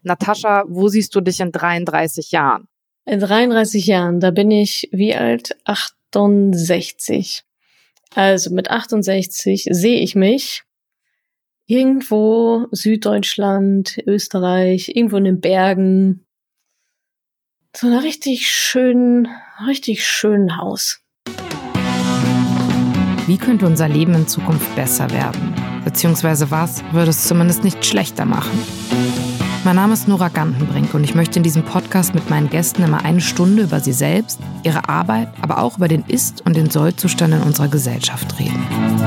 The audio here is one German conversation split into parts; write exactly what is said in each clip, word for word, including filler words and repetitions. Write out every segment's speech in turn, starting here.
Natascha, wo siehst du dich in dreiunddreißig Jahren? In dreiunddreißig Jahren, da bin ich wie alt? achtundsechzig. Also mit achtundsechzig sehe ich mich irgendwo Süddeutschland, Österreich, irgendwo in den Bergen. So einer richtig schönen, richtig schönen Haus. Wie könnte unser Leben in Zukunft besser werden? Beziehungsweise was würde es zumindest nicht schlechter machen? Mein Name ist Nora Gantenbrink und ich möchte in diesem Podcast mit meinen Gästen immer eine Stunde über sie selbst, ihre Arbeit, aber auch über den Ist- und den Soll-Zustand in unserer Gesellschaft reden.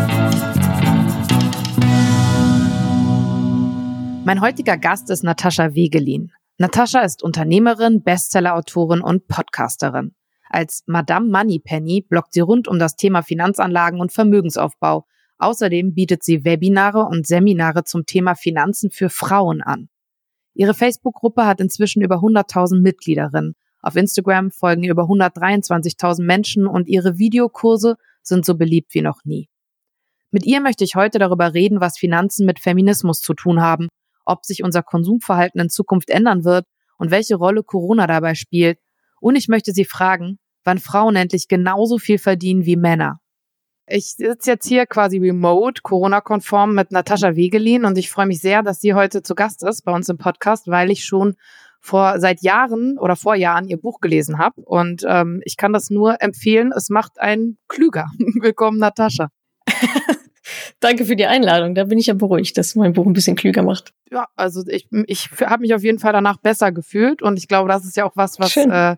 Mein heutiger Gast ist Natascha Wegelin. Natascha ist Unternehmerin, Bestsellerautorin und Podcasterin. Als Madame Moneypenny bloggt sie rund um das Thema Finanzanlagen und Vermögensaufbau. Außerdem bietet sie Webinare und Seminare zum Thema Finanzen für Frauen an. Ihre Facebook-Gruppe hat inzwischen über hunderttausend Mitgliederinnen. Auf Instagram folgen ihr über hundertdreiundzwanzigtausend Menschen und ihre Videokurse sind so beliebt wie noch nie. Mit ihr möchte ich heute darüber reden, was Finanzen mit Feminismus zu tun haben, ob sich unser Konsumverhalten in Zukunft ändern wird und welche Rolle Corona dabei spielt. Und ich möchte sie fragen, wann Frauen endlich genauso viel verdienen wie Männer. Ich sitze jetzt hier quasi remote, Corona-konform mit Natascha Wegelin und ich freue mich sehr, dass sie heute zu Gast ist bei uns im Podcast, weil ich schon vor seit Jahren oder vor Jahren ihr Buch gelesen habe und ähm, ich kann das nur empfehlen, es macht einen klüger. Willkommen, Natascha. Danke für die Einladung, da bin ich ja beruhigt, dass mein Buch ein bisschen klüger macht. Ja, also ich, ich habe mich auf jeden Fall danach besser gefühlt und ich glaube, das ist ja auch was, was äh,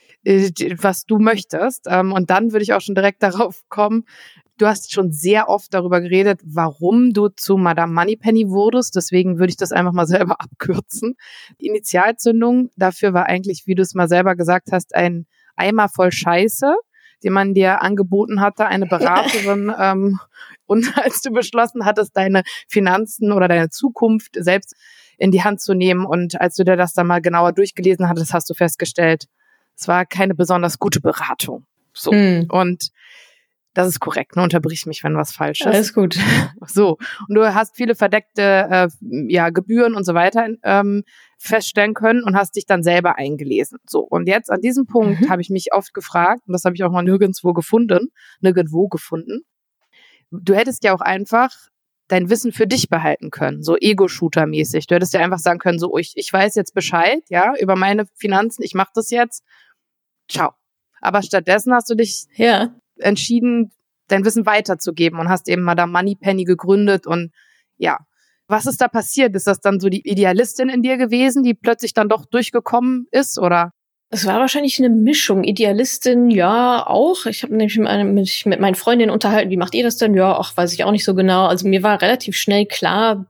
was du möchtest. Und dann würde ich auch schon direkt darauf kommen, du hast schon sehr oft darüber geredet, warum du zu Madame Moneypenny wurdest. Deswegen würde ich das einfach mal selber abkürzen. Die Initialzündung dafür war eigentlich, wie du es mal selber gesagt hast, ein Eimer voll Scheiße, den man dir angeboten hatte, eine Beraterin. ähm, und als du beschlossen hattest, deine Finanzen oder deine Zukunft selbst in die Hand zu nehmen und als du dir das dann mal genauer durchgelesen hattest, hast du festgestellt, es war keine besonders gute Beratung. So. Hm. Und das ist korrekt, ne? Unterbrich mich, wenn was falsch ist. Alles gut. So. Und du hast viele verdeckte äh, ja, Gebühren und so weiter ähm, feststellen können und hast dich dann selber eingelesen. So. Und jetzt an diesem Punkt mhm. habe ich mich oft gefragt, und das habe ich auch mal nirgendwo gefunden, nirgendwo gefunden. Du hättest ja auch einfach dein Wissen für dich behalten können, so Ego-Shooter-mäßig. Du hättest ja einfach sagen können, so ich, ich weiß jetzt Bescheid, ja, über meine Finanzen, ich mache das jetzt. Ciao. Aber stattdessen hast du dich ja. entschieden, dein Wissen weiterzugeben und hast eben Madame Moneypenny gegründet und ja. Was ist da passiert? Ist das dann so die Idealistin in dir gewesen, die plötzlich dann doch durchgekommen ist, oder? Es war wahrscheinlich eine Mischung. Idealistin, ja, auch. Ich habe nämlich mit, einem, mit, mit meinen Freundinnen unterhalten, wie macht ihr das denn? Ja, ach, weiß ich auch nicht so genau. Also mir war relativ schnell klar,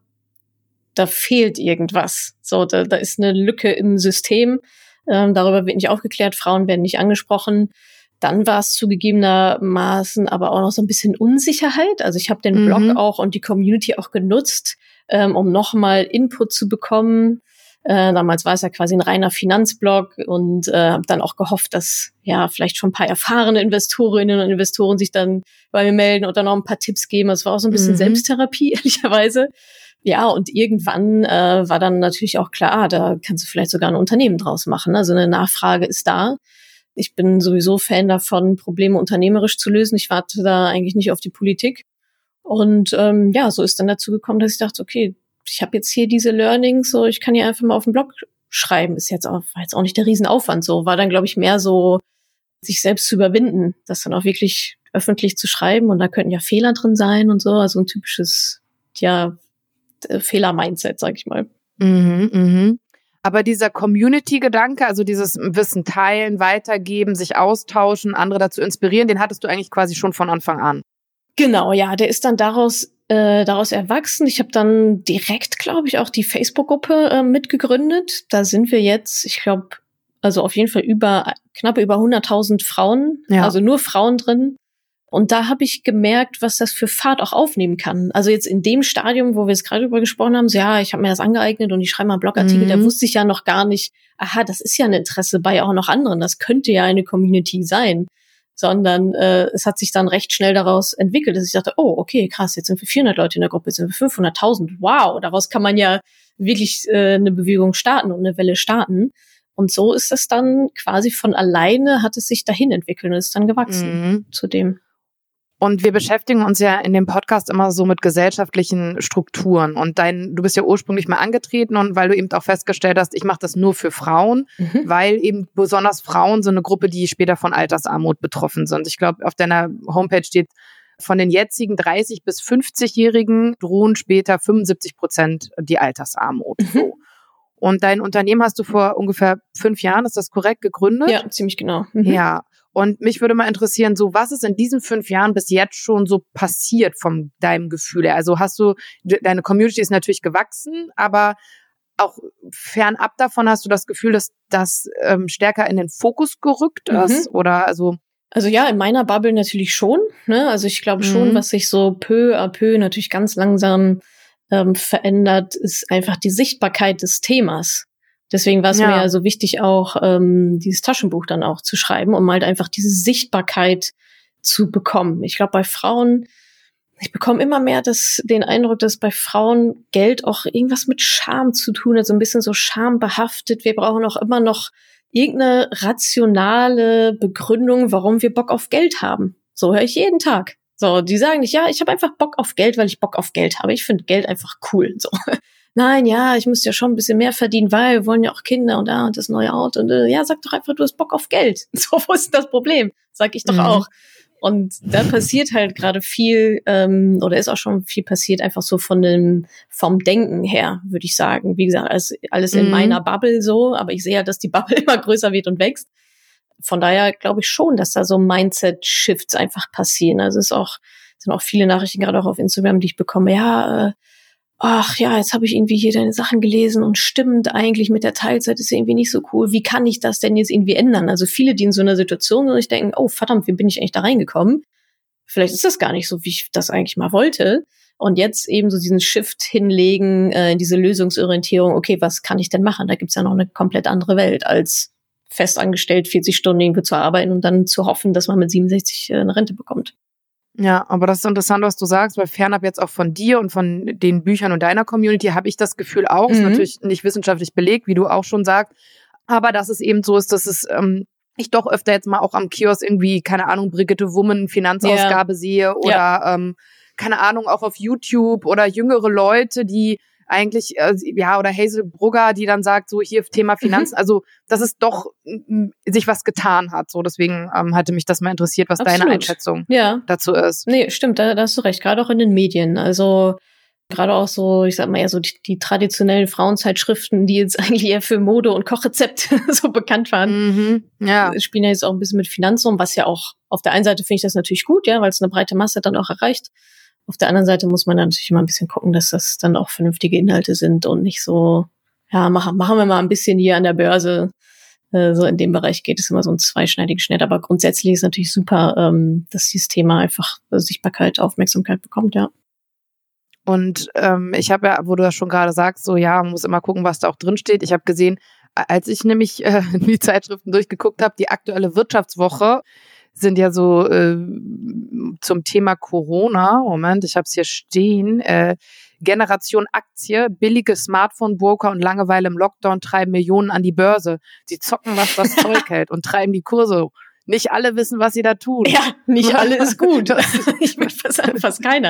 da fehlt irgendwas. So, da, da ist eine Lücke im System. Ähm, darüber wird nicht aufgeklärt, Frauen werden nicht angesprochen. Dann war es zugegebenermaßen aber auch noch so ein bisschen Unsicherheit. Also ich habe den mhm. Blog auch und die Community auch genutzt, ähm, um nochmal Input zu bekommen. Äh, damals war es ja quasi ein reiner Finanzblog und äh, habe dann auch gehofft, dass ja vielleicht schon ein paar erfahrene Investorinnen und Investoren sich dann bei mir melden und dann noch ein paar Tipps geben. Es war auch so ein bisschen mhm. Selbsttherapie, ehrlicherweise. Ja, und irgendwann äh, war dann natürlich auch klar, ah, da kannst du vielleicht sogar ein Unternehmen draus machen. Also eine Nachfrage ist da. Ich bin sowieso Fan davon, Probleme unternehmerisch zu lösen. Ich warte da eigentlich nicht auf die Politik. Und ähm, ja, so ist dann dazu gekommen, dass ich dachte, okay, ich habe jetzt hier diese Learnings, so ich kann hier einfach mal auf den Blog schreiben. Ist jetzt auch, war jetzt auch nicht der Riesenaufwand. So war dann, glaube ich, mehr so, sich selbst zu überwinden, das dann auch wirklich öffentlich zu schreiben. Und da könnten ja Fehler drin sein und so. Also ein typisches, ja, Fehler-Mindset, sag ich mal. Mhm, mhm. Aber dieser Community-Gedanke, also dieses Wissen teilen, weitergeben, sich austauschen, andere dazu inspirieren, den hattest du eigentlich quasi schon von Anfang an. Genau, ja, der ist dann daraus äh, daraus erwachsen. Ich habe dann direkt, glaube ich, auch die Facebook-Gruppe äh, mitgegründet. Da sind wir jetzt, ich glaube, also auf jeden Fall über knapp über hunderttausend Frauen, ja. Also nur Frauen drin. Und da habe ich gemerkt, was das für Fahrt auch aufnehmen kann. Also jetzt in dem Stadium, wo wir jetzt gerade drüber gesprochen haben, so ja, ich habe mir das angeeignet und ich schreibe mal einen Blogartikel, mhm. da wusste ich ja noch gar nicht, aha, das ist ja ein Interesse bei auch noch anderen, das könnte ja eine Community sein. sondern äh, es hat sich dann recht schnell daraus entwickelt, dass ich dachte, oh, okay, krass, jetzt sind wir vierhundert Leute in der Gruppe, jetzt sind wir fünfhunderttausend, wow, daraus kann man ja wirklich äh, eine Bewegung starten und eine Welle starten. Und so ist es dann quasi von alleine, hat es sich dahin entwickelt und ist dann gewachsen mhm. zu dem. Und wir beschäftigen uns ja in dem Podcast immer so mit gesellschaftlichen Strukturen. Und dein, du bist ja ursprünglich mal angetreten und weil du eben auch festgestellt hast, ich mache das nur für Frauen, mhm. weil eben besonders Frauen sind eine Gruppe, die später von Altersarmut betroffen sind. Ich glaube, auf deiner Homepage steht, von den jetzigen dreißig- bis fünfzigjährigen drohen später fünfundsiebzig Prozent die Altersarmut. Mhm. So. Und dein Unternehmen hast du vor ungefähr fünf Jahren, ist das korrekt, gegründet? Ja, ziemlich genau. Mhm. Ja. Und mich würde mal interessieren, so was ist in diesen fünf Jahren bis jetzt schon so passiert von deinem Gefühl her? Also hast du, deine Community ist natürlich gewachsen, aber auch fernab davon hast du das Gefühl, dass das ähm, stärker in den Fokus gerückt ist? Mhm. Oder also Also ja, in meiner Bubble natürlich schon. Ne? Also ich glaube schon, mhm. was sich so peu à peu natürlich ganz langsam ähm, verändert, ist einfach die Sichtbarkeit des Themas. Deswegen war es ja. mir ja so wichtig, auch ähm, dieses Taschenbuch dann auch zu schreiben, um halt einfach diese Sichtbarkeit zu bekommen. Ich glaube, bei Frauen, ich bekomme immer mehr das, den Eindruck, dass bei Frauen Geld auch irgendwas mit Scham zu tun hat, so ein bisschen so schambehaftet. Wir brauchen auch immer noch irgendeine rationale Begründung, warum wir Bock auf Geld haben. So höre ich jeden Tag. So, die sagen nicht, ja, ich habe einfach Bock auf Geld, weil ich Bock auf Geld habe. Ich finde Geld einfach cool. So. Nein, ja, ich muss ja schon ein bisschen mehr verdienen, weil wir wollen ja auch Kinder und da und das neue Auto und äh, ja, sag doch einfach, du hast Bock auf Geld. So, wo ist das Problem? Sag ich doch mhm. auch. Und da passiert halt gerade viel, ähm, oder ist auch schon viel passiert, einfach so von dem, vom Denken her, würde ich sagen. Wie gesagt, alles, alles mhm. in meiner Bubble so, aber ich sehe ja, dass die Bubble immer größer wird und wächst. Von daher glaube ich schon, dass da so Mindset-Shifts einfach passieren. Also es ist auch, sind auch viele Nachrichten, gerade auch auf Instagram, die ich bekomme, ja, äh, ach ja, jetzt habe ich irgendwie hier deine Sachen gelesen und stimmt eigentlich mit der Teilzeit ist ja irgendwie nicht so cool. Wie kann ich das denn jetzt irgendwie ändern? Also viele, die in so einer Situation sind und ich denken, oh verdammt, wie bin ich eigentlich da reingekommen? Vielleicht ist das gar nicht so, wie ich das eigentlich mal wollte. Und jetzt eben so diesen Shift hinlegen, äh, in diese Lösungsorientierung, okay, was kann ich denn machen? Da gibt's ja noch eine komplett andere Welt, als festangestellt vierzig Stunden irgendwo zu arbeiten und dann zu hoffen, dass man mit siebenundsechzig äh, eine Rente bekommt. Ja, aber das ist interessant, was du sagst, weil fernab jetzt auch von dir und von den Büchern und deiner Community habe ich das Gefühl auch, mhm. ist natürlich nicht wissenschaftlich belegt, wie du auch schon sagst, aber dass es eben so ist, dass es ähm, ich doch öfter jetzt mal auch am Kiosk irgendwie, keine Ahnung, Brigitte Woman Finanzausgabe yeah. sehe oder ja. ähm, keine Ahnung, auch auf YouTube oder jüngere Leute, die eigentlich, äh, ja, oder Hazel Brugger, die dann sagt, so hier Thema Finanzen, mhm. also dass es doch m, sich was getan hat. So, deswegen ähm, hatte mich das mal interessiert, was Absolut. Deine Einschätzung ja. dazu ist. Nee, stimmt, da, da hast du recht, gerade auch in den Medien. Also gerade auch so, ich sag mal eher so die, die traditionellen Frauenzeitschriften, die jetzt eigentlich eher für Mode und Kochrezepte so bekannt waren, mhm. ja. spielen ja jetzt auch ein bisschen mit Finanzen um, was ja auch, auf der einen Seite finde ich das natürlich gut, ja, weil es eine breite Masse dann auch erreicht. Auf der anderen Seite muss man dann natürlich immer ein bisschen gucken, dass das dann auch vernünftige Inhalte sind und nicht so, ja, machen, machen wir mal ein bisschen hier an der Börse. Äh, so in dem Bereich geht es immer so ein zweischneidiges Schnitt. Aber grundsätzlich ist natürlich super, ähm, dass dieses Thema einfach Sichtbarkeit, Aufmerksamkeit bekommt, ja. Und ähm, ich habe ja, wo du das schon gerade sagst, so ja, man muss immer gucken, was da auch drin steht. Ich habe gesehen, als ich nämlich äh, die Zeitschriften durchgeguckt habe, die aktuelle Wirtschaftswoche sind ja so äh, zum Thema Corona, Moment, ich habe es hier stehen, äh, Generation Aktie, billige Smartphone-Broker und Langeweile im Lockdown treiben Millionen an die Börse. Sie zocken, was das Zeug hält und treiben die Kurse. Nicht alle wissen, was sie da tun. Ja, nicht alle ist gut. Ich würde fast sagen, fast keiner.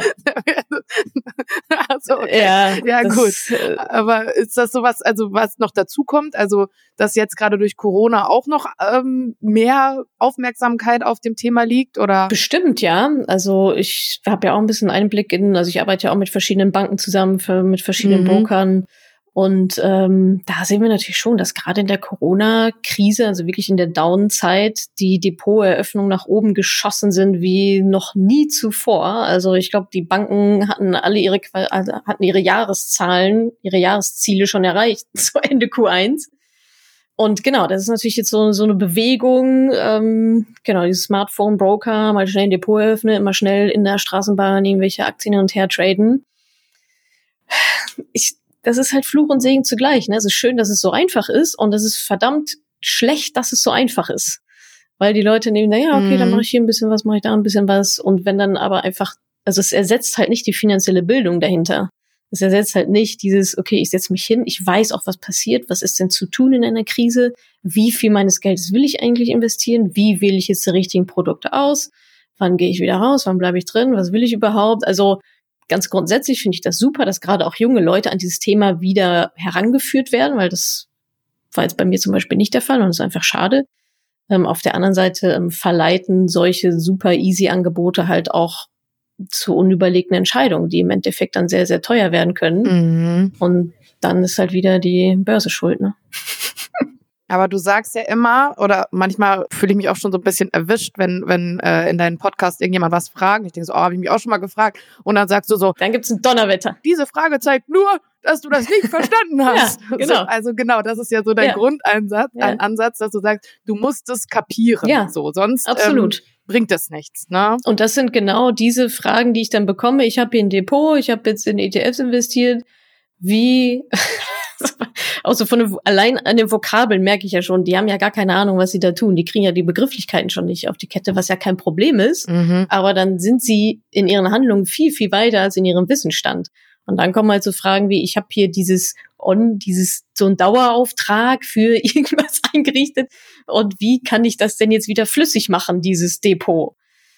Also, okay. Ja, ja gut. Aber ist das sowas, also was noch dazu kommt? Also, dass jetzt gerade durch Corona auch noch ähm, mehr Aufmerksamkeit auf dem Thema liegt, oder? Bestimmt, ja. Also ich habe ja auch ein bisschen Einblick in, also ich arbeite ja auch mit verschiedenen Banken zusammen, für, mit verschiedenen mhm. Brokern. Und ähm, da sehen wir natürlich schon, dass gerade in der Corona-Krise, also wirklich in der Down-Zeit, die Depoteröffnungen nach oben geschossen sind wie noch nie zuvor. Also ich glaube, die Banken hatten alle ihre also hatten ihre Jahreszahlen, ihre Jahresziele schon erreicht, so Ende Q eins. Und genau, das ist natürlich jetzt so, so eine Bewegung, ähm, genau, dieses Smartphone-Broker, mal schnell ein Depot eröffnen, immer schnell in der Straßenbahn irgendwelche Aktien hin und her traden. Ich Das ist halt Fluch und Segen zugleich. Ne? Es ist schön, dass es so einfach ist und es ist verdammt schlecht, dass es so einfach ist. Weil die Leute nehmen, naja, okay, Mhm. dann mache ich hier ein bisschen was, mache ich da ein bisschen was. Und wenn dann aber einfach, also es ersetzt halt nicht die finanzielle Bildung dahinter. Es ersetzt halt nicht dieses, okay, ich setze mich hin, ich weiß auch, was passiert, was ist denn zu tun in einer Krise, wie viel meines Geldes will ich eigentlich investieren, wie wähle ich jetzt die richtigen Produkte aus, wann gehe ich wieder raus, wann bleibe ich drin, was will ich überhaupt? Also ganz grundsätzlich finde ich das super, dass gerade auch junge Leute an dieses Thema wieder herangeführt werden, weil das war jetzt bei mir zum Beispiel nicht der Fall und das ist einfach schade. Ähm, auf der anderen Seite ähm, verleiten solche super easy Angebote halt auch zu unüberlegten Entscheidungen, die im Endeffekt dann sehr, sehr teuer werden können. Mhm. Und dann ist halt wieder die Börse schuld, ne? Aber du sagst ja immer, oder manchmal fühle ich mich auch schon so ein bisschen erwischt, wenn wenn äh, in deinem Podcast irgendjemand was fragt. Ich denke so, oh, habe ich mich auch schon mal gefragt. Und dann sagst du so, Dann gibt's ein Donnerwetter. diese Frage zeigt nur, dass du das nicht verstanden hast. Ja, genau. So, also genau, das ist ja so dein Ja. Grundeinsatz, Ja. ein Ansatz, dass du sagst, du musst es kapieren. Ja, so, sonst absolut. Ähm, bringt es nichts. Ne? Und das sind genau diese Fragen, die ich dann bekomme. Ich habe hier ein Depot, ich habe jetzt in E T Fs investiert. Wie, also von den, allein an den Vokabeln merke ich ja schon, die haben ja gar keine Ahnung, was sie da tun. Die kriegen ja die Begrifflichkeiten schon nicht auf die Kette, was ja kein Problem ist. Mhm. Aber dann sind sie in ihren Handlungen viel, viel weiter als in ihrem Wissensstand. Und dann kommen halt so Fragen wie, ich habe hier dieses On, dieses so ein Dauerauftrag für irgendwas eingerichtet und wie kann ich das denn jetzt wieder flüssig machen, dieses Depot?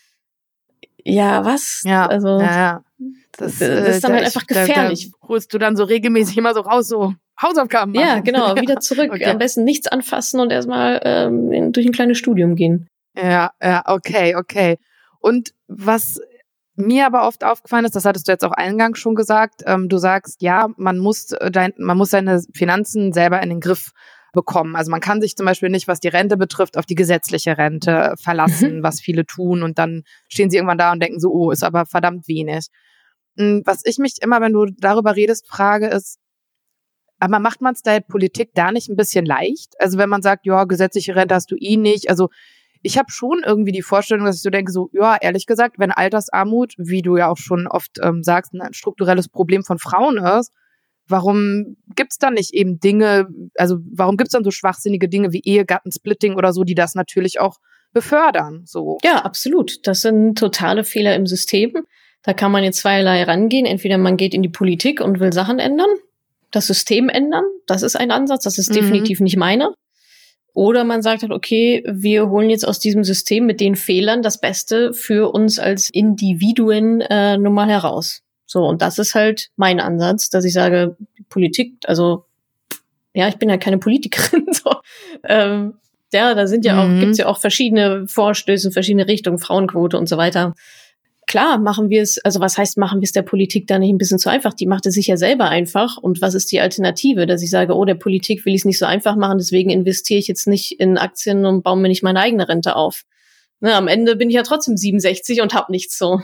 Ja, was? Ja, also ja, ja. Das, das ist dann äh, halt da- einfach da- gefährlich. Da holst du dann so regelmäßig immer so raus, so Hausaufgaben machen. Ja, genau, wieder zurück. Okay. Am besten nichts anfassen und erstmal ähm, in- durch ein kleines Studium gehen. Ja, ja, okay, okay. Und was mir aber oft aufgefallen ist, das hattest du jetzt auch eingangs schon gesagt, ähm, du sagst, ja, man muss äh, dein, man muss seine Finanzen selber in den Griff bekommen. Also man kann sich zum Beispiel nicht, was die Rente betrifft, auf die gesetzliche Rente verlassen, was viele tun und dann stehen sie irgendwann da und denken so, oh, ist aber verdammt wenig. Mm, Was ich mich immer, wenn du darüber redest, frage, ist, aber macht man es der Politik da nicht ein bisschen leicht? Also wenn man sagt, ja, gesetzliche Rente hast du eh nicht, also ich habe schon irgendwie die Vorstellung, dass ich so denke, so, ja, ehrlich gesagt, wenn Altersarmut, wie du ja auch schon oft ähm, sagst, ein strukturelles Problem von Frauen ist, warum gibt's dann nicht eben Dinge, also warum gibt's dann so schwachsinnige Dinge wie Ehegattensplitting oder so, die das natürlich auch befördern, so. Ja, absolut. Das sind totale Fehler im System. Da kann man jetzt zweierlei rangehen. Entweder man geht in die Politik und will Sachen ändern, das System ändern. Das ist ein Ansatz, das ist Mhm. definitiv nicht meiner. Oder man sagt halt, okay, wir holen jetzt aus diesem System mit den Fehlern das Beste für uns als Individuen äh, nun mal heraus. So, und das ist halt mein Ansatz, dass ich sage, Politik, also ja, ich bin ja keine Politikerin, so. Ähm, ja, da sind ja auch, Mhm. gibt's ja auch verschiedene Vorstöße, verschiedene Richtungen, Frauenquote und so weiter. Klar, machen wir es, also was heißt, machen wir es der Politik da nicht ein bisschen zu einfach? Die macht es sich ja selber einfach. Und was ist die Alternative? Dass ich sage, oh, der Politik will ich es nicht so einfach machen, deswegen investiere ich jetzt nicht in Aktien und baue mir nicht meine eigene Rente auf. Ne, am Ende bin ich ja trotzdem siebenundsechzig und hab nichts so.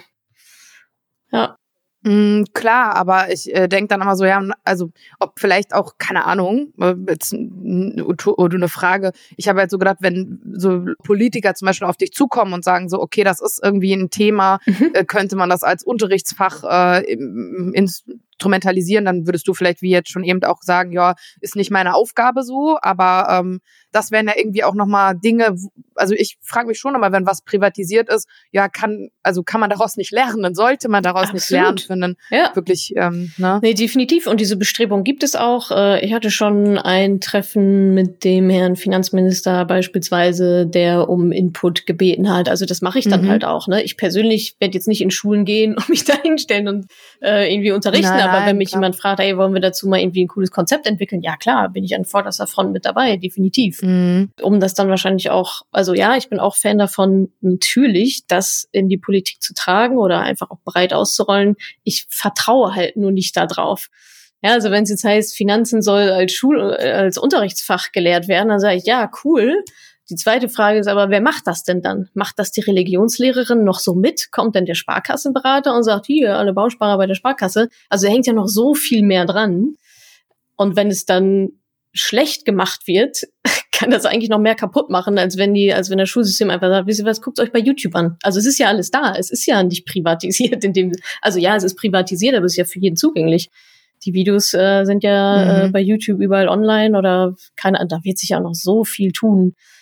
Ja. Mm, klar, aber ich äh, denke dann immer so, ja, also ob vielleicht auch, keine Ahnung, äh, jetzt n- oder eine Frage, ich habe halt so gedacht, wenn so Politiker zum Beispiel auf dich zukommen und sagen so, okay, das ist irgendwie ein Thema, Mhm. äh, könnte man das als Unterrichtsfach äh, im- instrumentalisieren, dann würdest du vielleicht wie jetzt schon eben auch sagen, ja, ist nicht meine Aufgabe so, aber ähm, das wären ja irgendwie auch nochmal Dinge, wo- also ich frage mich schon immer, wenn was privatisiert ist, ja, kann, also kann man daraus nicht lernen, sollte man daraus nicht Absolut. lernen für einen Ja. wirklich, ähm, ne? Nee, definitiv. Und diese Bestrebung gibt es auch. Äh, Ich hatte schon ein Treffen mit dem Herrn Finanzminister beispielsweise, der um Input gebeten hat. Also das mache ich dann Mhm. halt auch. Ne? Ich persönlich werde jetzt nicht in Schulen gehen und mich da hinstellen und äh, irgendwie unterrichten. Nein, Aber wenn nein, mich klar. jemand fragt, hey, wollen wir dazu mal irgendwie ein cooles Konzept entwickeln? Ja klar, bin ich an vorderster Front mit dabei, definitiv. Mhm. Um das dann wahrscheinlich auch, also ja, ich bin auch Fan davon, natürlich das in die Politik zu tragen oder einfach auch breit auszurollen. Ich vertraue halt nur nicht da drauf. Ja, also wenn es jetzt heißt, Finanzen soll als Schul als Unterrichtsfach gelehrt werden, dann sage ich, ja, cool. Die zweite Frage ist aber, wer macht das denn dann? Macht das die Religionslehrerin noch so mit? Kommt denn der Sparkassenberater und sagt, hier, alle Bausparer bei der Sparkasse? Also da hängt ja noch so viel mehr dran. Und wenn es dann schlecht gemacht wird, kann das eigentlich noch mehr kaputt machen, als wenn die, als wenn das Schulsystem einfach sagt, wisst ihr was, guckt euch bei YouTube an. Also es ist ja alles da. Es ist ja nicht privatisiert in dem, also ja, es ist privatisiert, aber es ist ja für jeden zugänglich. Die Videos äh, sind ja Mhm. äh, bei YouTube überall online oder keine Ahnung, da wird sich ja noch so viel tun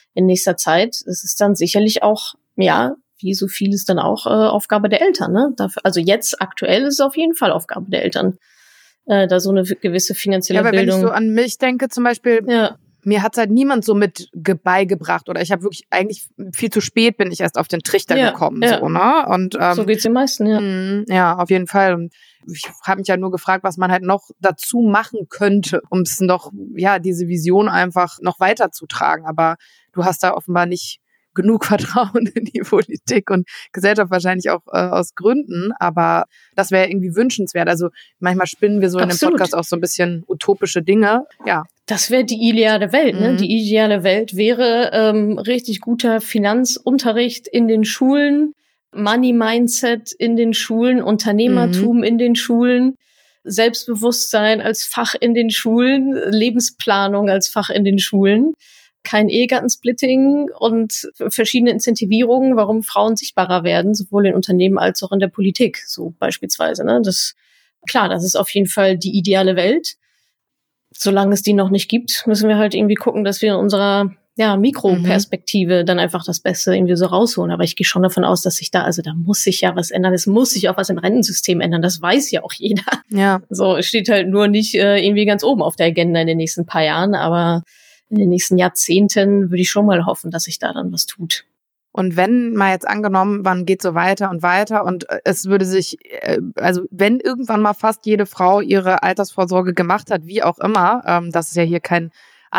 in nächster Zeit. Es ist dann sicherlich auch, ja, wie so vieles dann auch äh, Aufgabe der Eltern. Ne? Dafür, also jetzt aktuell ist es auf jeden Fall Aufgabe der Eltern, äh, da so eine gewisse finanzielle ja, aber Bildung. Wenn ich so an mich denke zum Beispiel, ja. mir hat's halt niemand so mit beigebracht oder ich habe wirklich eigentlich viel zu spät bin ich erst auf den Trichter ja, gekommen. Ja. So, ne? Und, ähm, so geht's den meisten, ja. Mh, ja, auf jeden Fall. Und ich habe mich ja nur gefragt, was man halt noch dazu machen könnte, um es noch, ja, diese Vision einfach noch weiterzutragen. Aber du hast da offenbar nicht genug Vertrauen in die Politik und Gesellschaft wahrscheinlich auch äh, aus Gründen, aber das wäre irgendwie wünschenswert. Also manchmal spinnen wir so Absolut. in dem Podcast auch so ein bisschen utopische Dinge. Ja. Das wäre die ideale Welt, mhm. ne? Die ideale Welt wäre ähm, richtig guter Finanzunterricht in den Schulen, Money-Mindset in den Schulen, Unternehmertum mhm. in den Schulen, Selbstbewusstsein als Fach in den Schulen, Lebensplanung als Fach in den Schulen. Kein Ehegattensplitting und verschiedene Incentivierungen, warum Frauen sichtbarer werden, sowohl in Unternehmen als auch in der Politik, so beispielsweise. Ne? Das, klar, das ist auf jeden Fall die ideale Welt. Solange es die noch nicht gibt, müssen wir halt irgendwie gucken, dass wir in unserer ja, Mikroperspektive mhm. dann einfach das Beste irgendwie so rausholen. Aber ich gehe schon davon aus, dass sich da, also da muss sich ja was ändern. Es muss sich auch was im Rentensystem ändern. Das weiß ja auch jeder. Ja. So, es steht halt nur nicht äh, irgendwie ganz oben auf der Agenda in den nächsten paar Jahren, aber in den nächsten Jahrzehnten würde ich schon mal hoffen, dass sich da dann was tut. Und wenn mal jetzt angenommen, man geht so weiter und weiter und es würde sich, also wenn irgendwann mal fast jede Frau ihre Altersvorsorge gemacht hat, wie auch immer, ähm, das ist ja hier kein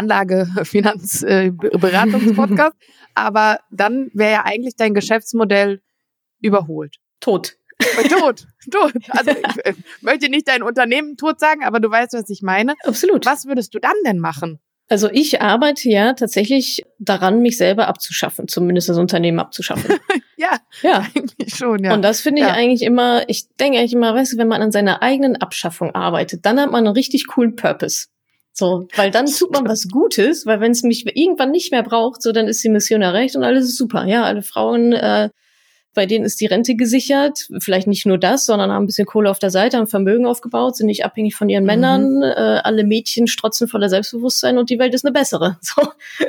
Anlage-Finanz-Beratungspodcast, aber dann wäre ja eigentlich dein Geschäftsmodell überholt. Tot. Tot, tot. Also ich äh, möchte nicht dein Unternehmen tot sagen, aber du weißt, was ich meine. Absolut. Was würdest du dann denn machen? Also ich arbeite ja tatsächlich daran, mich selber abzuschaffen, zumindest das Unternehmen abzuschaffen. ja, ja, eigentlich schon, ja. Und das finde ich ja. eigentlich immer, ich denke eigentlich immer, weißt du, wenn man an seiner eigenen Abschaffung arbeitet, dann hat man einen richtig coolen Purpose. So, weil dann tut man was Gutes, weil wenn es mich irgendwann nicht mehr braucht, so dann ist die Mission erreicht und alles ist super. Ja, alle Frauen, äh, bei denen ist die Rente gesichert, vielleicht nicht nur das, sondern haben ein bisschen Kohle auf der Seite, haben Vermögen aufgebaut, sind nicht abhängig von ihren mhm. Männern, äh, alle Mädchen strotzen voller Selbstbewusstsein und die Welt ist eine bessere. So.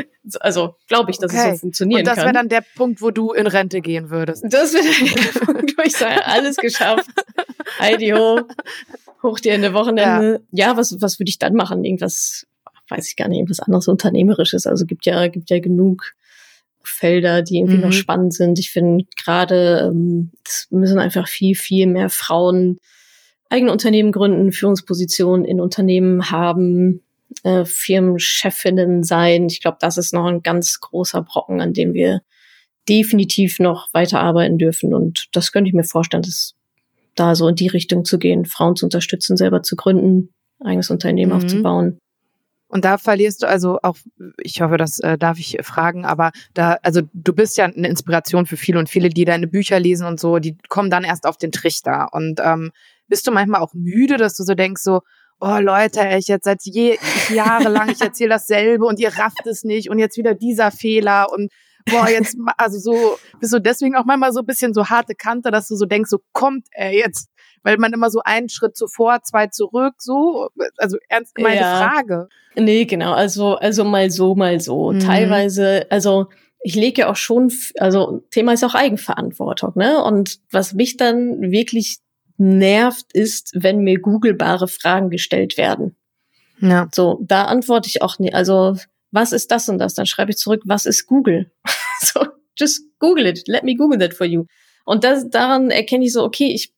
Also glaube ich, dass okay. es so funktionieren kann. Und das wäre dann der Punkt, wo du in Rente gehen würdest. Das wäre der Punkt, wo ich sage, alles geschafft. Heidi ho, hoch dir in der Wochenende. Ja, ja was, was würde ich dann machen? Irgendwas, weiß ich gar nicht, irgendwas anderes Unternehmerisches. Also gibt ja, gibt ja genug Felder, die irgendwie mhm. noch spannend sind. Ich finde gerade, ähm, es müssen einfach viel, viel mehr Frauen eigene Unternehmen gründen, Führungspositionen in Unternehmen haben, äh, Firmenchefinnen sein. Ich glaube, das ist noch ein ganz großer Brocken, an dem wir definitiv noch weiterarbeiten dürfen. Und das könnte ich mir vorstellen, dass da so in die Richtung zu gehen, Frauen zu unterstützen, selber zu gründen, eigenes Unternehmen mhm. aufzubauen. Und da verlierst du also auch, ich hoffe, das äh, darf ich fragen, aber da, also du bist ja eine Inspiration für viele und viele, die deine Bücher lesen und so, die kommen dann erst auf den Trichter. Und ähm, bist du manchmal auch müde, dass du so denkst, so, oh Leute, ich jetzt seit je, jahrelang, ich erzähle dasselbe und ihr rafft es nicht und jetzt wieder dieser Fehler und boah, jetzt, also so, bist du deswegen auch manchmal so ein bisschen so harte Kante, dass du so denkst, so kommt er jetzt, weil man immer so einen Schritt zuvor, zwei zurück, so, also ernst gemeinte ja. Frage. Nee, genau, also, also mal so, mal so. Mhm. Teilweise, also ich lege ja auch schon, also Thema ist auch Eigenverantwortung, ne? Und was mich dann wirklich nervt, ist, wenn mir googelbare Fragen gestellt werden. Ja. So, da antworte ich auch nicht, also was ist das und das? Dann schreibe ich zurück, was ist Google? So, just Google it, let me Google that for you. Und das, daran erkenne ich so, okay, ich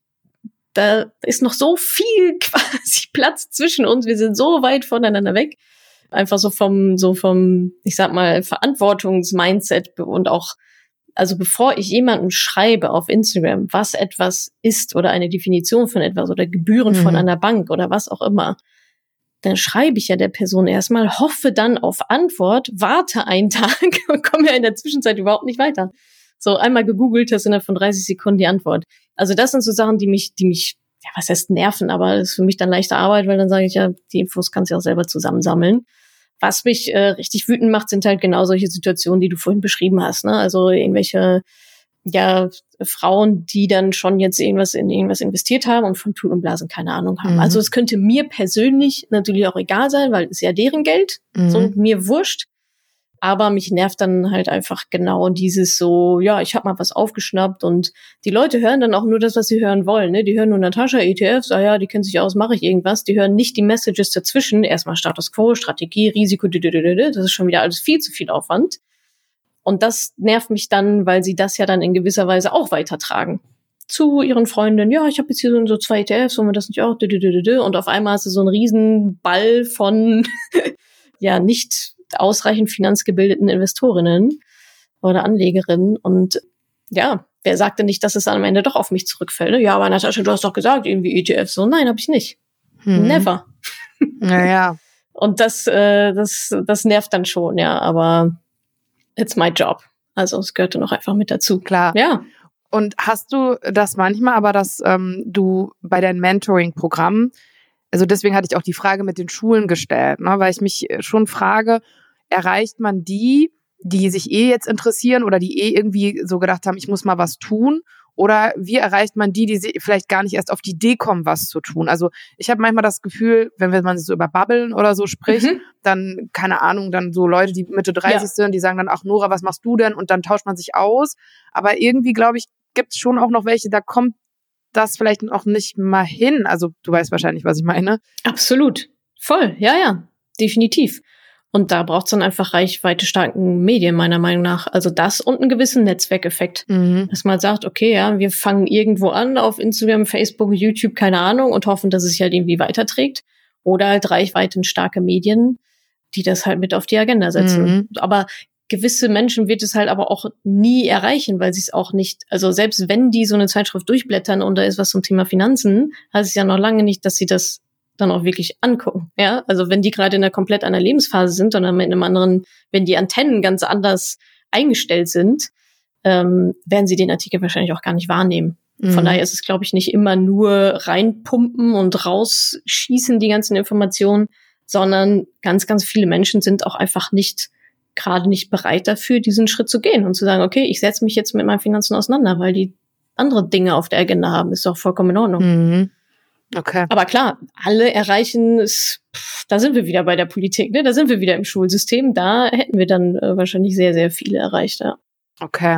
da ist noch so viel quasi Platz zwischen uns. Wir sind so weit voneinander weg. Einfach so vom, so vom, ich sag mal, Verantwortungsmindset und auch, also bevor ich jemandem schreibe auf Instagram, was etwas ist oder eine Definition von etwas oder Gebühren mhm. von einer Bank oder was auch immer, dann schreibe ich ja der Person erstmal, hoffe dann auf Antwort, warte einen Tag und komme ja in der Zwischenzeit überhaupt nicht weiter. So einmal gegoogelt, hast innerhalb von dreißig Sekunden die Antwort. Also das sind so Sachen, die mich, die mich, ja, was heißt nerven, aber das ist für mich dann leichte Arbeit, weil dann sage ich ja, die Infos kannst du auch selber zusammensammeln. Was mich äh, richtig wütend macht, sind halt genau solche Situationen, die du vorhin beschrieben hast, ne? Also irgendwelche, ja, Frauen, die dann schon jetzt irgendwas in irgendwas investiert haben und von Tut und Blasen keine Ahnung haben. Mhm. Also es könnte mir persönlich natürlich auch egal sein, weil es ja deren Geld, mhm. so mir wurscht. Aber mich nervt dann halt einfach genau dieses so, ja, ich habe mal was aufgeschnappt und die Leute hören dann auch nur das, was sie hören wollen. Ne? Die hören nur Natascha, E T Fs, ah ja, die kennen sich aus, mache ich irgendwas. Die hören nicht die Messages dazwischen. Erstmal Status Quo, Strategie, Risiko, das ist schon wieder alles viel zu viel Aufwand. Und das nervt mich dann, weil sie das ja dann in gewisser Weise auch weitertragen. Zu ihren Freundinnen, ja, ich habe jetzt hier so, so zwei E T Fs, wollen wir das nicht auch? Und auf einmal hast du so einen riesen Ball von ja nicht ausreichend finanzgebildeten Investorinnen oder Anlegerinnen. Und ja, wer sagte nicht, dass es am Ende doch auf mich zurückfällt? Ja, aber Natascha, du hast doch gesagt, irgendwie E T Fs. So, nein, habe ich nicht. Hm. Never. Naja. Und das, äh, das, das nervt dann schon, ja, aber it's my job. Also es gehörte noch einfach mit dazu. Klar. Ja. Und hast du das manchmal aber, dass ähm, du bei deinen Mentoring-Programmen, also deswegen hatte ich auch die Frage mit den Schulen gestellt, ne, weil ich mich schon frage, erreicht man die, die sich eh jetzt interessieren oder die eh irgendwie so gedacht haben, ich muss mal was tun? Oder wie erreicht man die, die vielleicht gar nicht erst auf die Idee kommen, was zu tun? Also ich habe manchmal das Gefühl, wenn man so über Babbeln oder so spricht, mhm. dann, keine Ahnung, dann so Leute, die Mitte dreißig ja. sind, die sagen dann, ach Nora, was machst du denn? Und dann tauscht man sich aus. Aber irgendwie, glaube ich, gibt es schon auch noch welche, da kommt das vielleicht auch nicht mal hin. Also du weißt wahrscheinlich, was ich meine. Absolut. Voll. Ja, ja. Definitiv. Und da braucht es dann einfach reichweite-starken Medien, meiner Meinung nach. Also das und einen gewissen Netzwerkeffekt. Mhm. Dass man sagt, okay, ja, wir fangen irgendwo an auf Instagram, Facebook, YouTube, keine Ahnung, und hoffen, dass es sich halt irgendwie weiterträgt. Oder halt reichweitenstarke Medien, die das halt mit auf die Agenda setzen. Mhm. Aber gewisse Menschen wird es halt aber auch nie erreichen, weil sie es auch nicht, also selbst wenn die so eine Zeitschrift durchblättern und da ist was zum Thema Finanzen, heißt es ja noch lange nicht, dass sie das dann auch wirklich angucken, ja, also wenn die gerade in einer komplett einer Lebensphase sind oder mit einem anderen, wenn die Antennen ganz anders eingestellt sind, ähm, werden sie den Artikel wahrscheinlich auch gar nicht wahrnehmen. Mhm. Von daher ist es, glaube ich, nicht immer nur reinpumpen und rausschießen die ganzen Informationen, sondern ganz, ganz viele Menschen sind auch einfach nicht, gerade nicht bereit dafür, diesen Schritt zu gehen und zu sagen, okay, ich setze mich jetzt mit meinen Finanzen auseinander, weil die andere Dinge auf der Agenda haben, ist doch vollkommen in Ordnung. Mhm. Okay. Aber klar, alle erreichen es, pff, da sind wir wieder bei der Politik, ne? Da sind wir wieder im Schulsystem, da hätten wir dann äh, wahrscheinlich sehr, sehr viele erreicht, ja. Okay.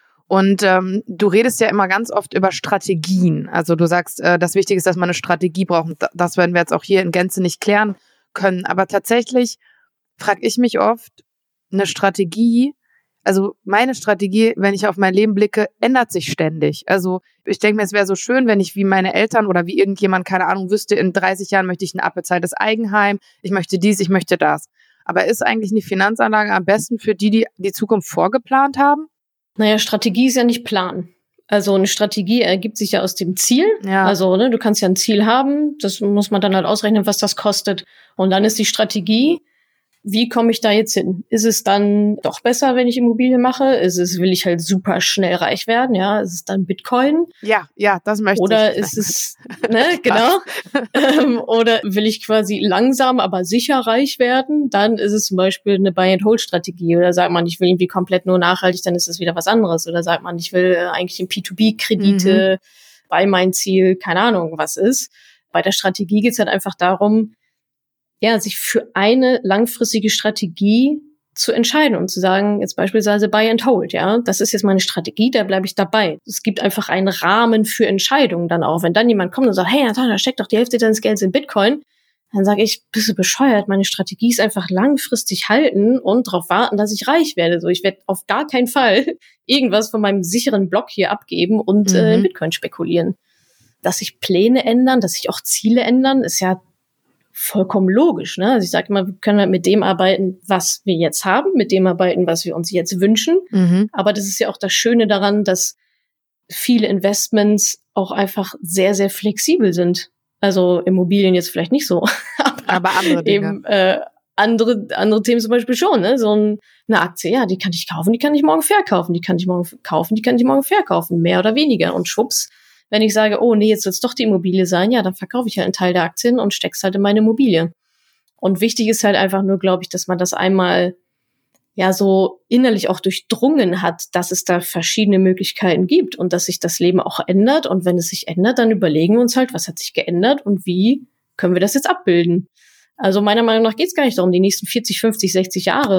Und ähm, du redest ja immer ganz oft über Strategien. Also du sagst, äh, das Wichtige ist, dass man eine Strategie braucht. Und das werden wir jetzt auch hier in Gänze nicht klären können. Aber tatsächlich frage ich mich oft, eine Strategie, also meine Strategie, wenn ich auf mein Leben blicke, ändert sich ständig. Also ich denke mir, es wäre so schön, wenn ich wie meine Eltern oder wie irgendjemand, keine Ahnung, wüsste, in dreißig Jahren möchte ich ein abbezahltes Eigenheim, ich möchte dies, ich möchte das. Aber ist eigentlich eine Finanzanlage am besten für die, die die Zukunft vorgeplant haben? Naja, Strategie ist ja nicht Plan. Also eine Strategie ergibt sich ja aus dem Ziel. Ja. Also ne, du kannst ja ein Ziel haben, das muss man dann halt ausrechnen, was das kostet. Und dann ist die Strategie, wie komme ich da jetzt hin? Ist es dann doch besser, wenn ich Immobilien mache? Ist es, will ich halt super schnell reich werden? Ja, ist es dann Bitcoin? Ja, ja, das möchte oder ich. Oder ist es, ne, genau. ähm, oder will ich quasi langsam, aber sicher reich werden? Dann ist es zum Beispiel eine Buy-and-Hold-Strategie. Oder sagt man, ich will irgendwie komplett nur nachhaltig, dann ist es wieder was anderes. Oder sagt man, ich will äh, eigentlich in P to B-Kredite, mhm. weil mein Ziel, keine Ahnung, was ist. Bei der Strategie geht es halt einfach darum, ja, sich für eine langfristige Strategie zu entscheiden und zu sagen, jetzt beispielsweise Buy and Hold, ja, das ist jetzt meine Strategie, da bleibe ich dabei. Es gibt einfach einen Rahmen für Entscheidungen dann auch. Wenn dann jemand kommt und sagt, hey, Natascha, steck doch die Hälfte deines Geldes in Bitcoin, dann sage ich, bist du bescheuert? Meine Strategie ist einfach langfristig halten und darauf warten, dass ich reich werde. So, ich werde auf gar keinen Fall irgendwas von meinem sicheren Block hier abgeben und mhm. äh, in Bitcoin spekulieren. Dass sich Pläne ändern, dass sich auch Ziele ändern, ist ja vollkommen logisch, ne? Also ich sage immer, wir können halt mit dem arbeiten, was wir jetzt haben, mit dem arbeiten, was wir uns jetzt wünschen. Mhm. Aber das ist ja auch das Schöne daran, dass viele Investments auch einfach sehr, sehr flexibel sind. Also Immobilien jetzt vielleicht nicht so, aber, aber andere Dinge. Eben, äh, andere, andere Themen zum Beispiel schon, ne? So ein, eine Aktie, ja, die kann ich kaufen, die kann ich morgen verkaufen, die kann ich morgen kaufen, die kann ich morgen verkaufen, mehr oder weniger. Und schwupps, wenn ich sage, oh nee, jetzt wird's doch die Immobilie sein, ja, dann verkaufe ich halt einen Teil der Aktien und steck's halt in meine Immobilie. Und wichtig ist halt einfach nur, glaube ich, dass man das einmal ja so innerlich auch durchdrungen hat, dass es da verschiedene Möglichkeiten gibt und dass sich das Leben auch ändert. Und wenn es sich ändert, dann überlegen wir uns halt, was hat sich geändert und wie können wir das jetzt abbilden. Also meiner Meinung nach geht's gar nicht darum, die nächsten vierzig, fünfzig, sechzig Jahre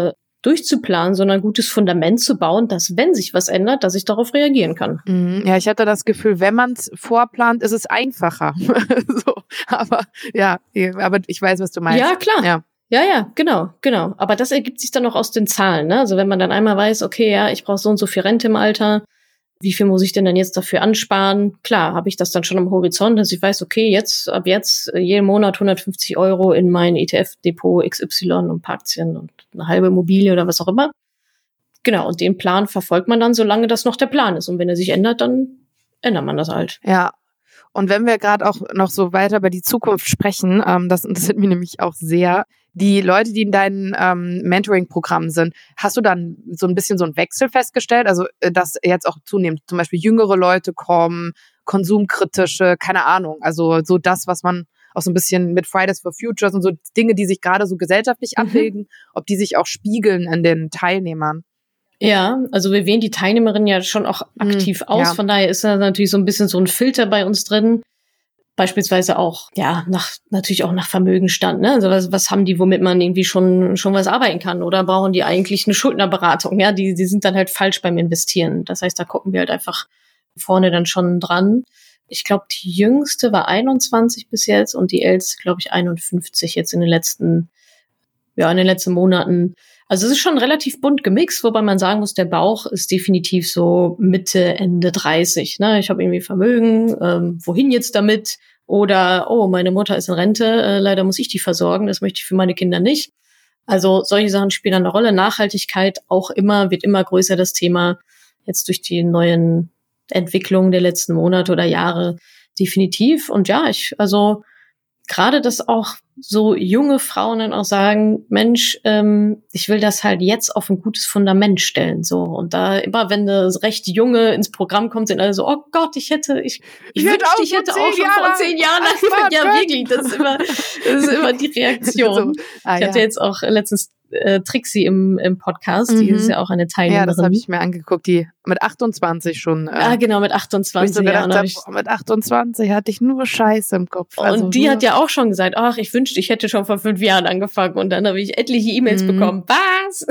durchzuplanen, sondern ein gutes Fundament zu bauen, dass, wenn sich was ändert, dass ich darauf reagieren kann. Ja, ich hatte das Gefühl, wenn man es vorplant, ist es einfacher. so, aber ja, aber ich weiß, was du meinst. Ja, klar. Ja. Ja, ja, genau, genau. Aber das ergibt sich dann auch aus den Zahlen, ne? Also wenn man dann einmal weiß, okay, ja, ich brauche so und so viel Rente im Alter, wie viel muss ich denn dann jetzt dafür ansparen? Klar, habe ich das dann schon am Horizont, dass ich weiß, okay, jetzt, ab jetzt, jeden Monat hundertfünfzig Euro in mein E T F-Depot X Y und ein paar Aktien und eine halbe Immobilie oder was auch immer. Genau, und den Plan verfolgt man dann, solange das noch der Plan ist. Und wenn er sich ändert, dann ändert man das halt. Ja. Und wenn wir gerade auch noch so weiter über die Zukunft sprechen, ähm, das interessiert mich nämlich auch sehr, die Leute, die in deinen ähm, Mentoring-Programmen sind, hast du dann so ein bisschen so einen Wechsel festgestellt? Also, dass jetzt auch zunehmend zum Beispiel jüngere Leute kommen, konsumkritische, keine Ahnung, also so das, was man auch so ein bisschen mit Fridays for Futures und so Dinge, die sich gerade so gesellschaftlich Mhm. abbilden, ob die sich auch spiegeln in den Teilnehmern. Ja, also wir wählen die Teilnehmerinnen ja schon auch aktiv Hm, aus. ja. Von daher ist da natürlich so ein bisschen so ein Filter bei uns drin. Beispielsweise auch, ja, nach, natürlich auch nach Vermögenstand, ne? Also was, was haben die, womit man irgendwie schon, schon was arbeiten kann? Oder brauchen die eigentlich eine Schuldnerberatung? Ja, die, die sind dann halt falsch beim Investieren. Das heißt, da gucken wir halt einfach vorne dann schon dran. Ich glaube, die jüngste war einundzwanzig bis jetzt und die älteste, glaube ich, einundfünfzig jetzt in den letzten, ja, in den letzten Monaten. Also es ist schon relativ bunt gemixt, wobei man sagen muss, der Bauch ist definitiv so Mitte, Ende dreißig. Ne? Ich habe irgendwie Vermögen, ähm, wohin jetzt damit? Oder, oh, meine Mutter ist in Rente, äh, leider muss ich die versorgen, das möchte ich für meine Kinder nicht. Also solche Sachen spielen eine Rolle. Nachhaltigkeit auch immer, wird immer größer das Thema. Jetzt durch die neuen Entwicklungen der letzten Monate oder Jahre definitiv. Und ja, ich, also gerade, dass auch so junge Frauen dann auch sagen, Mensch, ähm, ich will das halt jetzt auf ein gutes Fundament stellen, so. Und da immer, wenn eine recht junge ins Programm kommt, sind alle so, oh Gott, ich hätte, ich, ich, Ich hätte wünschte, auch ich vor hätte zehn auch schon vor Jahren zehn Jahren anfangen angefangen. Ja, können. wirklich, das ist immer, das ist immer die Reaktion. So, ah, Ich hatte ja. jetzt auch letztens äh, Trixie im, im Podcast, Mhm. die ist ja auch eine Teilnehmerin. Ja, das habe ich mir angeguckt, die mit achtundzwanzig schon. Äh, Ah, genau, mit wo ich achtundzwanzig so gedacht Jahren. hab, habe ich boah, mit achtundzwanzig hatte ich nur Scheiße im Kopf. Und Also die nur, hat ja auch schon gesagt, ach, ich wünschte, ich hätte schon vor fünf Jahren angefangen. Und dann habe ich etliche E-Mails Mhm. bekommen. Was?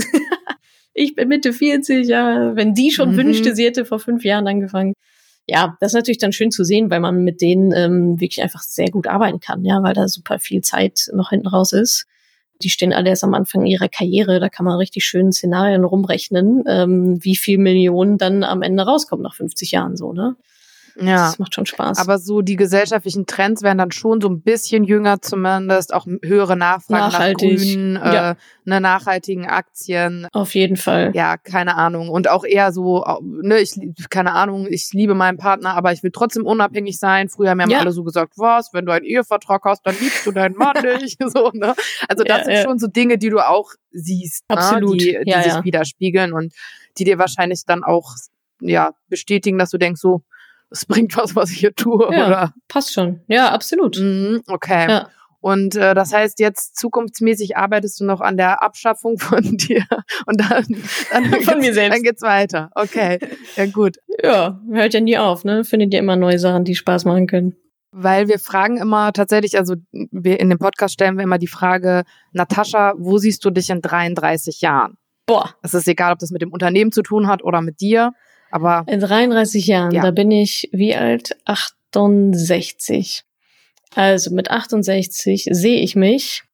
Ich bin Mitte vierzig, ja. Wenn die schon Mhm. wünschte, sie hätte vor fünf Jahren angefangen. Ja, das ist natürlich dann schön zu sehen, weil man mit denen ähm, wirklich einfach sehr gut arbeiten kann, ja, weil da super viel Zeit noch hinten raus ist. Die stehen alle erst am Anfang ihrer Karriere, da kann man richtig schön Szenarien rumrechnen, ähm, wie viel Millionen dann am Ende rauskommen nach fünfzig Jahren so, ne? ja. Das macht schon Spaß. Aber so die gesellschaftlichen Trends werden dann schon so ein bisschen jünger zumindest, auch höhere Nachfrage Nachhaltig. nach grünen, äh, Ja. ne, nachhaltigen Aktien. Auf jeden Fall. Ja, keine Ahnung. Und auch eher so, ne, ich, keine Ahnung, ich liebe meinen Partner, aber ich will trotzdem unabhängig sein. Früher haben ja Ja. alle so gesagt, was, wenn du einen Ehevertrag hast, dann liebst du deinen Mann nicht. So, ne? Also das Ja, sind ja. schon so Dinge, die du auch siehst, Absolut. ne? die, die Ja, sich ja. widerspiegeln und die dir wahrscheinlich dann auch ja bestätigen, dass du denkst, so, es bringt was, was ich hier tue, Ja, oder? passt schon. Ja, absolut. Mhm, okay. Ja. Und äh, das heißt, jetzt zukunftsmäßig arbeitest du noch an der Abschaffung von dir und dann, dann, Von geht's, mir selbst. dann geht's weiter. Okay, ja gut. Ja, hört ja nie auf, ne? Findet ihr immer neue Sachen, die Spaß machen können. Weil wir fragen immer tatsächlich, also wir in dem Podcast stellen wir immer die Frage, Natascha, wo siehst du dich in dreiunddreißig Jahren? Boah, Es ist egal, ob das mit dem Unternehmen zu tun hat oder mit dir, aber in dreiunddreißig Jahren, Ja. da bin ich wie alt? achtundsechzig. Also mit achtundsechzig sehe ich mich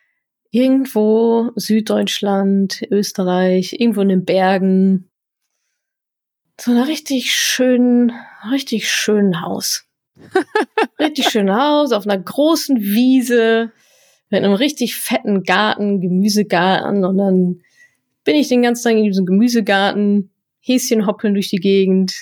irgendwo Süddeutschland, Österreich, irgendwo in den Bergen. So einer richtig schönen, richtig schönen Haus. Richtig schönes Haus auf einer großen Wiese mit einem richtig fetten Garten, Gemüsegarten, und dann bin ich den ganzen Tag in diesem Gemüsegarten, Häschen hoppeln durch die Gegend,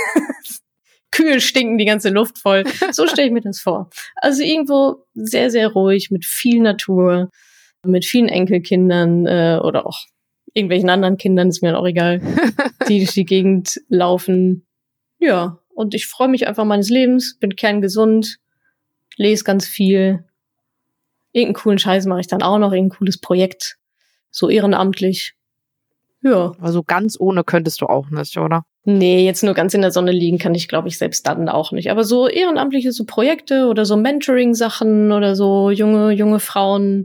Kühe stinken die ganze Luft voll. So stelle ich mir das vor. Also irgendwo sehr, sehr ruhig, mit viel Natur, mit vielen Enkelkindern äh, oder auch irgendwelchen anderen Kindern, ist mir auch egal, die durch die Gegend laufen. Ja, und ich freue mich einfach meines Lebens, bin kerngesund, lese ganz viel. Irgendeinen coolen Scheiß mache ich dann auch noch, irgendein cooles Projekt, so ehrenamtlich. Ja. also ganz ohne könntest du auch nicht, oder? Nee, jetzt nur ganz in der Sonne liegen kann ich, glaube ich, selbst dann auch nicht. Aber so ehrenamtliche so Projekte oder so Mentoring-Sachen oder so junge, junge Frauen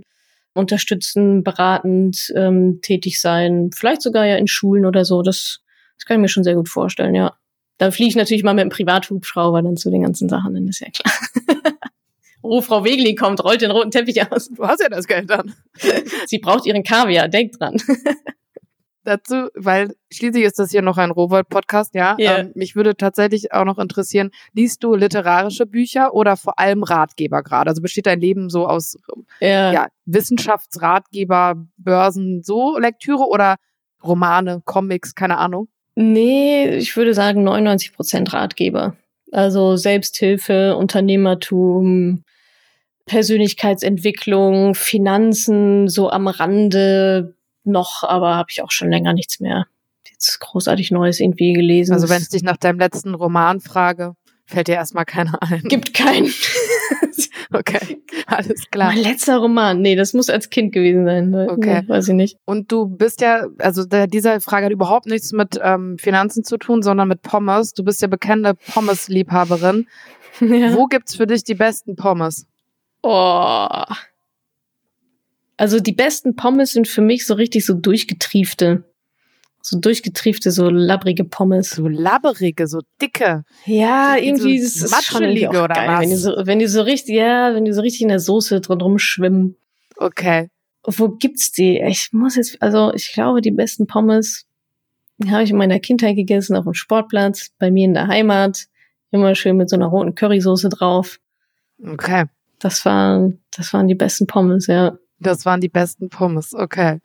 unterstützen, beratend ähm, tätig sein, vielleicht sogar ja in Schulen oder so. Das, das kann ich mir schon sehr gut vorstellen, ja. Da fliege ich natürlich mal mit einem Privathubschrauber dann zu den ganzen Sachen, dann ist ja klar. Oh, Frau Wegelin kommt, rollt den roten Teppich aus. Du hast ja das Geld dann. Sie braucht ihren Kaviar, denkt dran. Dazu, weil schließlich ist das hier noch ein Rowohlt-Podcast, ja. Yeah. Ähm, mich würde tatsächlich auch noch interessieren, liest du literarische Bücher oder vor allem Ratgeber gerade? Also besteht dein Leben so aus Yeah. ja, Wissenschaftsratgeber, Börsen, so Lektüre oder Romane, Comics, keine Ahnung? Nee, ich würde sagen neunundneunzig Prozent Ratgeber. Also Selbsthilfe, Unternehmertum, Persönlichkeitsentwicklung, Finanzen, so am Rande noch, aber habe ich auch schon länger nichts mehr jetzt großartig Neues irgendwie gelesen. Also wenn ich dich nach deinem letzten Roman frage, fällt dir erstmal keiner ein. Gibt keinen. Okay, alles klar. Mein letzter Roman, nee, das muss als Kind gewesen sein. Okay. Nee, weiß ich nicht. Und du bist ja, also der, diese Frage hat überhaupt nichts mit ähm, Finanzen zu tun, sondern mit Pommes. Du bist ja bekannte Pommes-Liebhaberin. Ja. Wo gibt's für dich die besten Pommes? Oh. Also die besten Pommes sind für mich so richtig so durchgetriefte. So durchgetriefte, so labbrige Pommes. So labberige, so dicke. Ja, so irgendwie das ist schon irgendwie auch oder geil, was? wenn die so, wenn die so richtig, ja, wenn die so richtig in der Soße drin rumschwimmen. Okay. Wo gibt's die? Ich muss jetzt, also ich glaube, die besten Pommes, die habe ich in meiner Kindheit gegessen auf dem Sportplatz, bei mir in der Heimat. Immer schön mit so einer roten Currysoße drauf. Okay. Das waren, das waren die besten Pommes, ja. Das waren die besten Pommes, okay.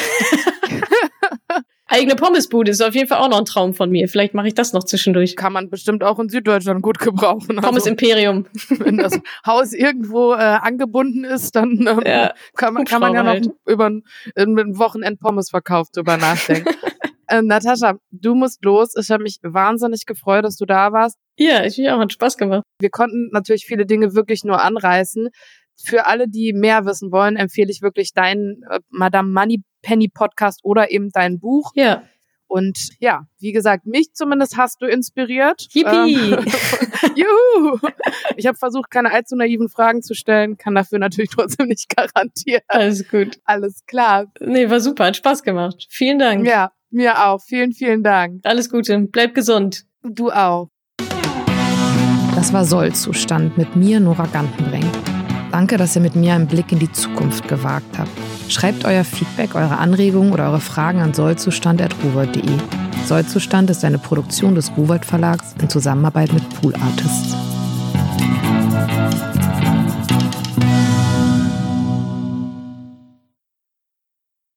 Eigene Pommesbude ist auf jeden Fall auch noch ein Traum von mir. Vielleicht mache ich das noch zwischendurch. Kann man bestimmt auch in Süddeutschland gut gebrauchen. Pommes also, Imperium. wenn das Haus irgendwo äh, angebunden ist, dann ähm, Ja, kann man kann man ja noch halt. über ein, ein Wochenend Pommesverkauf drüber nachdenken. äh, Natascha, du musst los. Ich habe mich wahnsinnig gefreut, dass du da warst. Ja, ich mich auch, hat Spaß gemacht. Wir konnten natürlich viele Dinge wirklich nur anreißen. Für alle, die mehr wissen wollen, empfehle ich wirklich deinen äh, Madame Moneypenny Podcast oder eben dein Buch. Ja. Und ja, wie gesagt, mich zumindest hast du inspiriert. Yippie! Ähm, juhu! Ich habe versucht, keine allzu naiven Fragen zu stellen, kann dafür natürlich trotzdem nicht garantieren. Alles gut. Alles klar. Nee, war super, hat Spaß gemacht. Vielen Dank. Ja, mir auch. Vielen, vielen Dank. Alles Gute, bleib gesund. Du auch. Das war Soll-Zustand mit mir, Nora Gantenbrink. Danke, dass ihr mit mir einen Blick in die Zukunft gewagt habt. Schreibt euer Feedback, eure Anregungen oder eure Fragen an sollzustand at rowohlt punkt de. Sollzustand ist eine Produktion des Rowohlt Verlags in Zusammenarbeit mit Pool Artists.